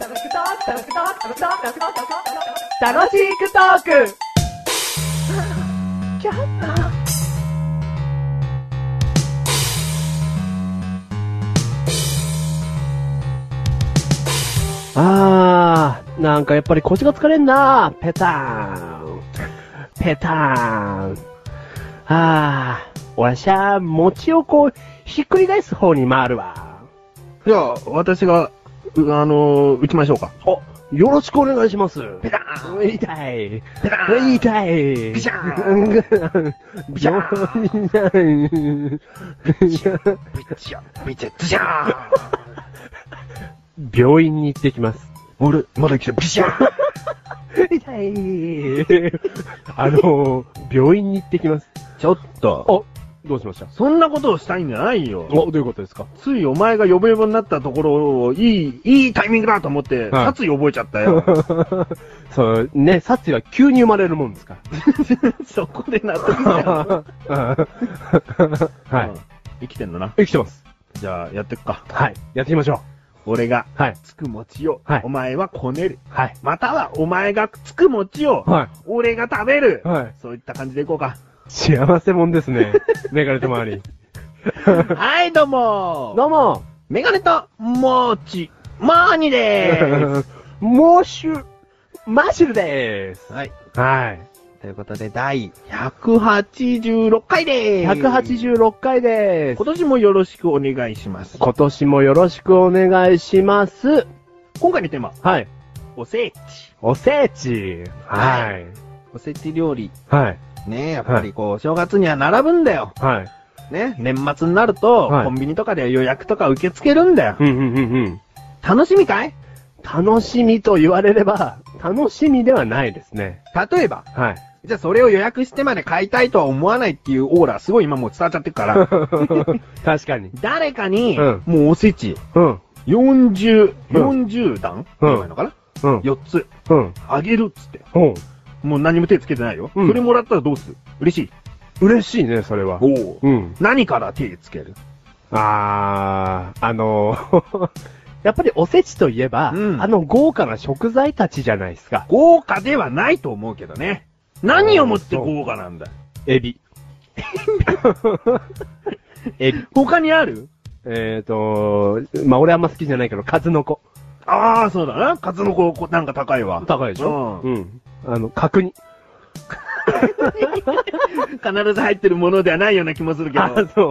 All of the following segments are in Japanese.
楽しくトーク。なんかやっぱり腰が疲れんな。ペターン。ペターン。わしゃ、餅をこう、ひっくり返す方に回るわ。 じゃあ、私が、打ちましょうか。 よろしくお願いします。 ペターン。 痛い。 ペターン。 痛い。 ビシャーン。ビシャーン。ビシャー。ビシャー。ビシャー。 病院に行ってきます。 俺、まだ来た。ビシャー。 痛い。病院に行ってきます。 ちょっと。 どうしました？ そんなことをしたいんじゃないよ。 どういうことですか？ ついお前がヨボヨボになったところを、いいタイミングだと思って、殺意覚えちゃったよ。 そうね、殺意は急に生まれるもんですか。 そこで納得したよ。 はい。 生きてんのな。 生きてます。 じゃあ、やってくか。 はい。やってみましょう。俺が、つく餅を、お前はこねる。または、お前がつく餅を、俺が食べる。そういった感じでいこうか。 幸せもんですね。メガネと周り。 はい、どうもどうもメガネと、もーち、まーにでーす。 マッシュルでーす。 はい。 はい。 ということで、第186回でーす。 186回でーす。 今年もよろしくお願いします。 今年もよろしくお願いします。 今回のテーマ。 はい。 おせち。 おせち。はい。 おせち料理。 はい。 ねえ、やっぱりこう、正月には並ぶんだよ。 はい。 ね、年末になると、コンビニとかで予約とか受け付けるんだよ。楽しみかい？ 楽しみと言われれば、楽しみではないですね。 例えば。はい。じゃあそれを予約してまで買いたいとは思わないっていうオーラ、すごい今もう伝わっちゃってるから。 確かに。 誰かに、もうおせち。40段ぐらいのかな？4つ。あげるっつって。もう何も手つけてないよ。それもらったらどうする？嬉しい？ 嬉しいね、それは。 何から手つける？ やっぱりおせちといえば、豪華な食材たちじゃないですか。 豪華ではないと思うけどね。何をもって豪華なんだ？ エビ。エビ。 他にある？ 俺あんま好きじゃないけど、数の子。 ああ、そうだな。数の子なんか高いわ。 高いでしょ？角煮。 必ず入ってるものではないような気もするけど。 そう。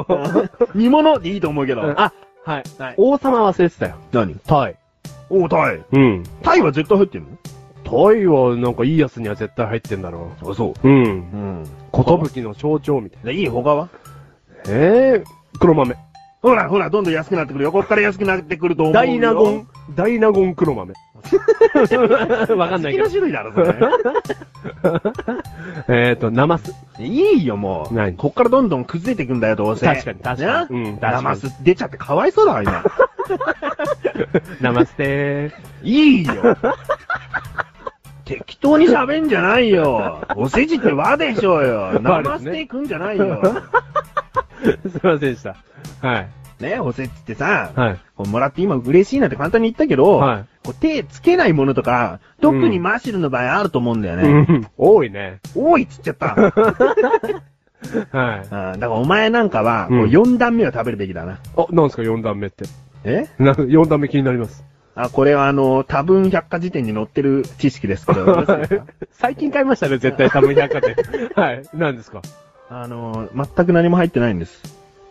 煮物でいいと思うけど。 はい。王様忘れてたよ。 何？ タイ。 タイ。タイは絶対入ってんの？ タイはなんかいいやつには絶対入ってんだろう。そう。 ことぶきの象徴みたいな。 いい他は？ 黒豆。 ほら、どんどん安くなってくるよ。こっから安くなってくると思うよ。 ダイナゴン黒豆。わかんないけど。 好きな種類だろ、それ。ナマス。 いいよ、もう。 何？ こっからどんどん崩れていくんだよ、どうせ。 確かに。 ナマス出ちゃってかわいそうだわ、今。 ナマスてー。いいよ。適当に喋んじゃないよ。おせちって和でしょうよ。ナマステいくんじゃないよ。 すいませんでした。はい。 ね、おせちってさ、もらって今嬉しいなって簡単に言ったけど、こう手つけないものとか、特にマシルの場合あると思うんだよね。 多いね。 多いっつっちゃった。だからお前なんかは、4段目を食べるべきだな。 なんすか4段目って。 4 段目気になります。 これは多分百科事典に載ってる知識ですけど。 最近買いましたね、絶対多分百科事典。はい。何ですか？ 全く何も入ってないんです。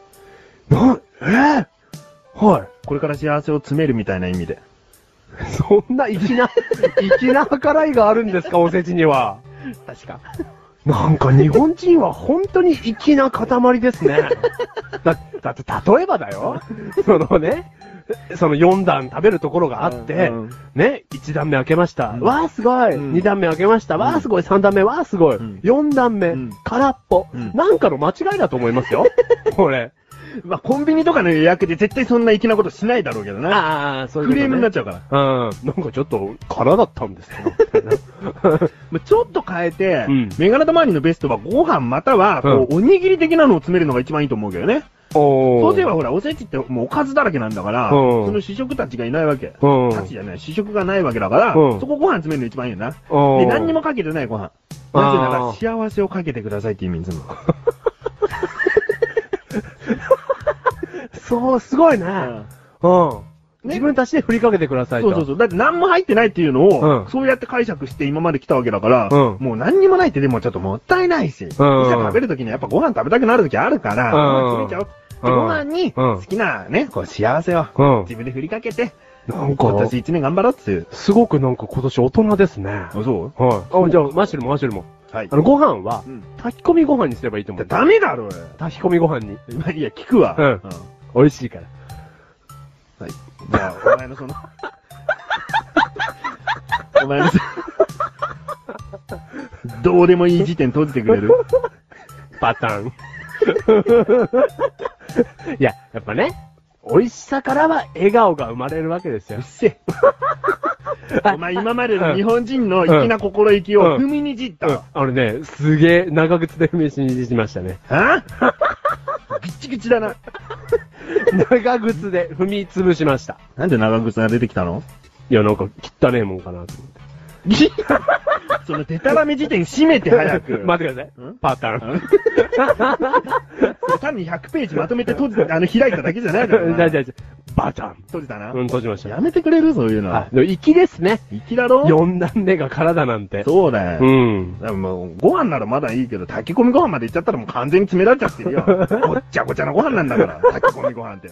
はい。 これから幸せを詰めるみたいな意味で。 そんな粋な計らいがあるんですか、おせちには。 確か。 なんか日本人は本当に粋な塊ですね。だって例えばだよ。その4段食べるところがあって、1段目開けました。わーすごい。2段目開けました。わーすごい。3段目、わーすごい。4段目、空っぽ。なんかの間違いだと思いますよ。これ。 コンビニとかの予約で絶対そんな粋なことしないだろうけどな。 そういうことね。 クレームになっちゃうから。 なんかちょっと空だったんですけど。 ちょっと変えて、メガネとマーニのベストはご飯または、おにぎり的なのを詰めるのが一番いいと思うけどね。 そうすればほら、おせちってもうおかずだらけなんだから、その主食たちがいないわけ。たちじゃない、主食がないわけだから、そこご飯詰めるの一番いいよな。で、何にもかけてないご飯。なぜなら、幸せをかけてくださいっていう意味にするの。 そう、すごいね。自分たちで振りかけてくださいと。 そう。だって何も入ってないっていうのを、そうやって解釈して今まで来たわけだから、もう何にもないってでもちょっともったいないし、食べるときにやっぱご飯食べたくなるときあるから、詰めちゃおう。ご飯に好きなね、こう幸せを自分で振りかけて、なんか今年1年頑張ろうっていう。 すごくなんか今年大人ですね。 そうはい。じゃあ、マッシュルも。はい。ご飯は、炊き込みご飯にすればいいと思う。 ダメだろ、 炊き込みご飯に。 いや、聞くわ。 美味しいから。 はい。じゃあ、お前のその、お前のどうでもいい時点閉じてくれるパターン。いや、やっぱね、美味しさからは笑顔が生まれるわけですよ。 うっせえ。お前今までの日本人の粋な心意気を踏みにじった。 すげえ長靴で踏みにじましたね。 ぐっちぐちだな。 長靴で踏み潰しました。 なんで長靴が出てきたの？ いや、なんか汚ねえもんかなと思って。 そのデタラメ辞典閉めて早く。 待ってください。パターン。 単に100ページまとめて開いただけじゃないからな。 バタン。 閉じたな。 閉じました。 やめてくれるそういうのは。 粋ですね。 粋だろ ?4 段目が体なんて。 そうだよ。でももう、ご飯ならまだいいけど、炊き込みご飯まで行っちゃったらもう完全に詰められちゃってるよ。ごっちゃごちゃなご飯なんだから、炊き込みご飯って。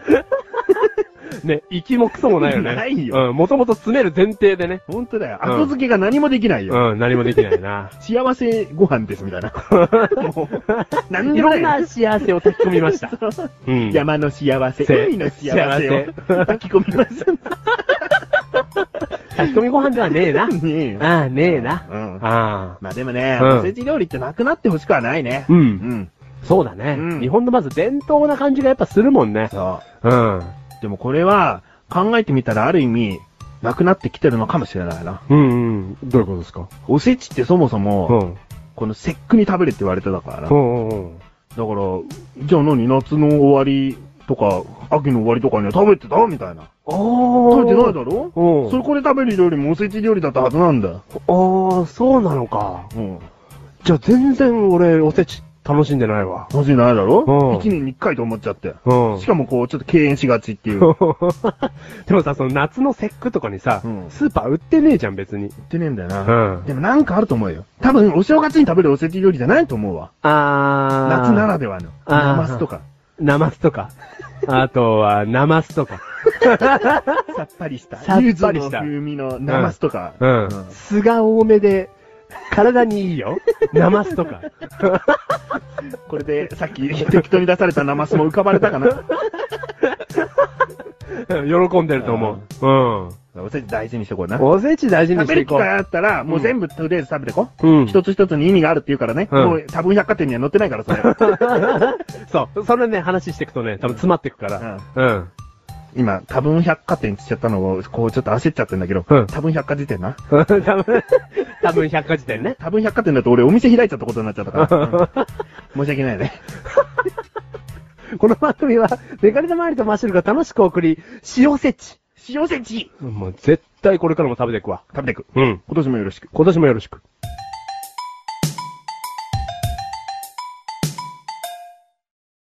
ね、息もクソもないよね。 ないよ。 もともと詰める前提でね。 ほんとだよ。後付けが何もできないよ。 何もできないな。 幸せご飯です、みたいな。もう、何いろんな幸せを炊き込みました。 山の幸せ、海の幸せを炊き込みました。 炊き込みご飯ではねえな。ねえ。ねえな。 まあでもね、おせち料理ってなくなってほしくはないね。 そうだね。日本のまず伝統な感じがやっぱするもんね。 そう。でもこれは、考えてみたらある意味、なくなってきてるのかもしれないな。 どういうことですか？ おせちってそもそも、この節句に食べれって言われてたからな。だから、じゃあ何？夏の終わりとか、秋の終わりとかには食べてたみたいな。食べてないだろ？それこれ食べる料理もおせち料理だったはずなんだ。 そうなのか。じゃあ全然俺、おせち楽しんでないわ。 楽しんでないだろ？一年に一回と思っちゃって。しかもこう、ちょっと敬遠しがちっていう。 でもさ、その夏の節句とかにさ、スーパー売ってねえじゃん、別に。売ってねえんだよな。でもなんかあると思うよ。多分、お正月に食べるおせち料理じゃないと思うわ。夏ならではの。ナマスとか。 ナマスとか。あとは、ナマスとか。 さっぱりした。柚子の風味のナマスとか。 酢が多めで、体にいいよ。ナマスとか。 これで、さっき適当に出されたナマスも浮かばれたかな。 喜んでると思う。 おせち大事にしてこうな。 おせち大事にしていこう。 食べる機会あったら、もう全部とりあえず食べてこう。一つ一つに意味があるって言うからね。もう多分百貨店には載ってないから、それ。 そう。それね、話していくとね、多分詰まっていくから。 今、多分百貨店って言っちゃったのを、こうちょっと焦っちゃってんだけど、多分百貨辞典な。 多分百貨辞典ね。 多分百貨店だと俺お店開いちゃったことになっちゃったから。申し訳ないね。 この番組は、メガネタ周りとマッシュルが楽しく送り、塩せち。 塩せちもう絶対これからも食べていくわ。 食べていく。今年もよろしく。 今年もよろしく。